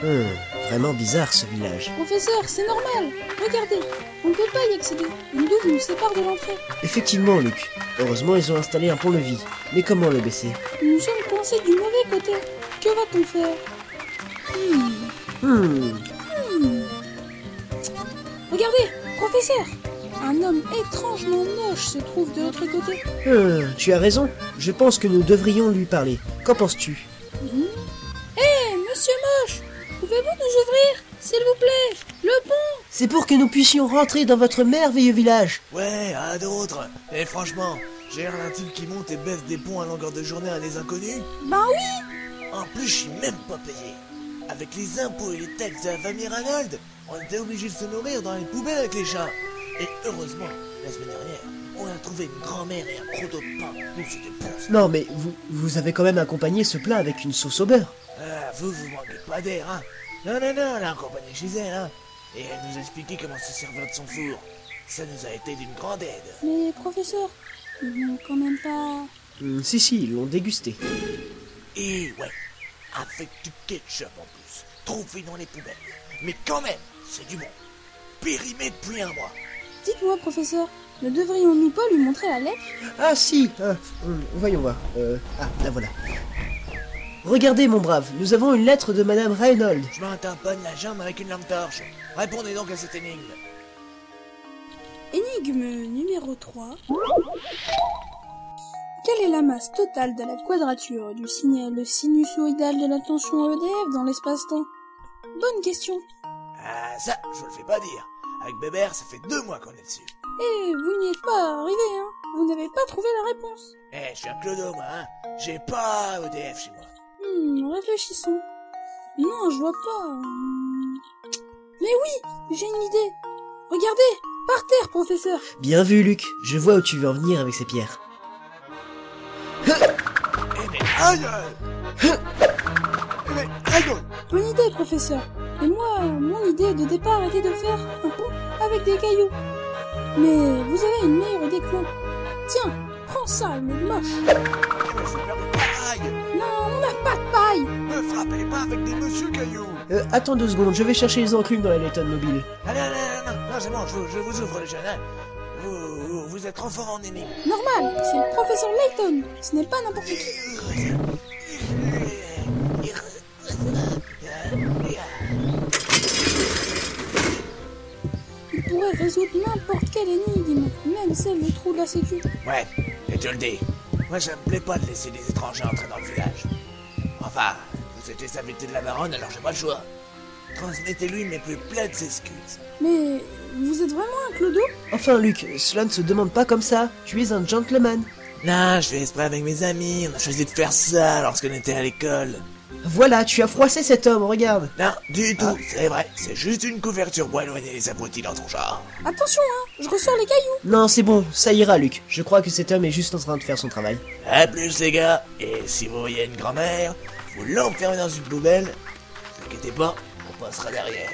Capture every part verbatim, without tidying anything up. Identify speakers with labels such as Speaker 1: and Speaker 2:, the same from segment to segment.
Speaker 1: Hum, vraiment bizarre ce village.
Speaker 2: Professeur, c'est normal. Regardez, on ne peut pas y accéder. Une douve nous sépare de l'entrée.
Speaker 1: Effectivement, Luc. Heureusement, ils ont installé un pont-levis. Mais comment le baisser?
Speaker 2: Nous sommes coincés du mauvais côté. Que va-t-on faire? Hmm.
Speaker 1: Hmm.
Speaker 2: Hmm. Regardez, professeur. Un homme étrangement moche se trouve de l'autre côté.
Speaker 1: Hum, tu as raison. Je pense que nous devrions lui parler. Qu'en penses-tu?
Speaker 2: Hmm. Hé, monsieur moche, pouvez-vous nous ouvrir, s'il vous plaît? Le pont.
Speaker 1: C'est pour que nous puissions rentrer dans votre merveilleux village.
Speaker 3: Ouais, à d'autres. Et franchement, j'ai l'air d'un type qui monte et baisse des ponts à longueur de journée à des inconnus.
Speaker 2: Ben oui.
Speaker 3: En plus, je suis même pas payé. Avec les impôts et les taxes de la famille Ranald, on était obligé de se nourrir dans les poubelles avec les chats. Et heureusement, la semaine dernière, on a trouvé une grand-mère et un croc de pain. Nous, c'était bon. Ça.
Speaker 1: Non, mais vous, vous avez quand même accompagné ce plat avec une sauce au beurre.
Speaker 3: Ah, vous, vous manquez pas d'air, hein. Non, non, non, elle a accompagné chez elle, hein. Et elle nous a expliqué comment se servir de son four. Ça nous a été d'une grande aide.
Speaker 2: Mais professeur, ils n'ont quand même pas...
Speaker 1: Hum, si, si, ils l'ont dégusté.
Speaker 3: Et ouais, avec du ketchup en plus, trouvé dans les poubelles. Mais quand même, c'est du bon. Périmé depuis un mois.
Speaker 2: Dites-moi, professeur, ne devrions-nous pas lui montrer la lettre?
Speaker 1: Ah si, ah, hum, voyons voir. Euh, ah, la voilà. Regardez, mon brave, nous avons une lettre de Madame Reynolds.
Speaker 3: Je m'en tamponne la jambe avec une lampe torche. Répondez donc à cette énigme.
Speaker 2: Énigme numéro trois. Quelle est la masse totale de la quadrature du signal sinusoïdal de la tension E D F dans l'espace-temps? Bonne question.
Speaker 3: Ah, ça, je vous le fais pas dire. Avec Bébert, ça fait deux mois qu'on est dessus.
Speaker 2: Eh, vous n'y êtes pas arrivé, hein? Vous n'avez pas trouvé la réponse.
Speaker 3: Eh, je suis un clodo, moi, hein. J'ai pas E D F chez moi.
Speaker 2: Hmm, réfléchissons. Non, je vois pas. Hmm. Mais oui, j'ai une idée. Regardez, par terre, professeur.
Speaker 1: Bien vu, Luc. Je vois où tu veux en venir avec ces pierres.
Speaker 3: Eh, mais aïe! Eh, mais aïe!
Speaker 2: Bonne idée, professeur. Et moi, mon idée de départ était de faire un pont avec des cailloux. Mais vous avez une meilleure idée que moi. Tiens, prends ça, le moche.
Speaker 3: Eh, mais je perds de paille!
Speaker 2: Non, on n'a pas de paille.
Speaker 3: Me frappez pas avec des monsieur cailloux!
Speaker 1: Euh, attends deux secondes, je vais chercher les enclumes dans la Layton mobile.
Speaker 3: Ah non, non, non, non, non, c'est bon, je vous, je vous ouvre les jeunes, hein. Vous, vous, vous êtes trop fort en énigmes.
Speaker 2: Normal, c'est le professeur Layton. Ce n'est pas n'importe qui. Il pourrait résoudre n'importe quelle énigme, même celle du trou de la sécu.
Speaker 3: Ouais, et tu le dis. Moi, ça me plaît pas de laisser des étrangers entrer dans le village. Enfin, vous êtes les invités de la baronne, alors j'ai pas le choix. Transmettez-lui mes plus plates excuses.
Speaker 2: Mais vous êtes vraiment un clodo?
Speaker 1: Enfin, Luc, cela ne se demande pas comme ça. Tu es un gentleman.
Speaker 3: Non, je fais esprit avec mes amis, on a choisi de faire ça lorsqu'on était à l'école.
Speaker 1: Voilà, tu as froissé cet homme, regarde.
Speaker 3: Non, du tout, c'est vrai, c'est juste une couverture pour éloigner les abrutis dans ton genre.
Speaker 2: Attention, hein, je ressors les cailloux.
Speaker 1: Non, c'est bon, ça ira, Luc. Je crois que cet homme est juste en train de faire son travail.
Speaker 3: A plus les gars, et si vous voyez une grand-mère, vous l'enfermez dans une poubelle, ne vous inquiétez pas, on passera derrière.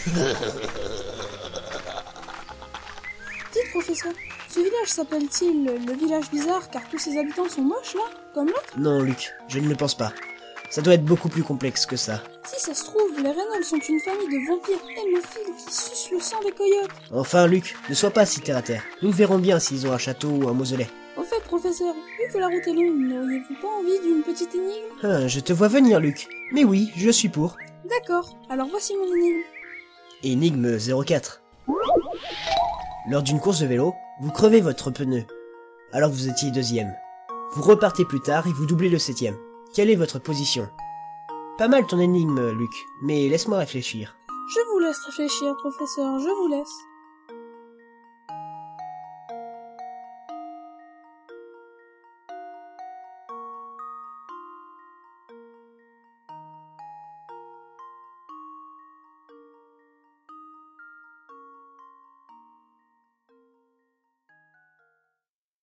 Speaker 2: Dites, professeur, ce village s'appelle-t-il le village bizarre car tous ses habitants sont moches, là, comme l'autre?
Speaker 1: Non, Luc, je ne le pense pas. Ça doit être beaucoup plus complexe que ça.
Speaker 2: Si ça se trouve, les Reynolds sont une famille de vampires hémophiles qui sucent le sang des coyotes.
Speaker 1: Enfin, Luc, ne sois pas si terre à terre. Nous verrons bien s'ils ont un château ou un mausolée.
Speaker 2: Au fait, professeur, vu que la route est longue, n'auriez-vous pas envie d'une petite énigme?
Speaker 1: Ah, je te vois venir, Luc. Mais oui, je suis pour.
Speaker 2: D'accord, alors voici mon énigme.
Speaker 1: Énigme zéro quatre. Lors d'une course de vélo, vous crevez votre pneu, alors que vous étiez deuxième. Vous repartez plus tard et vous doublez le septième. Quelle est votre position? Pas mal ton énigme, Luc, mais laisse-moi réfléchir.
Speaker 2: Je vous laisse réfléchir, professeur, je vous laisse.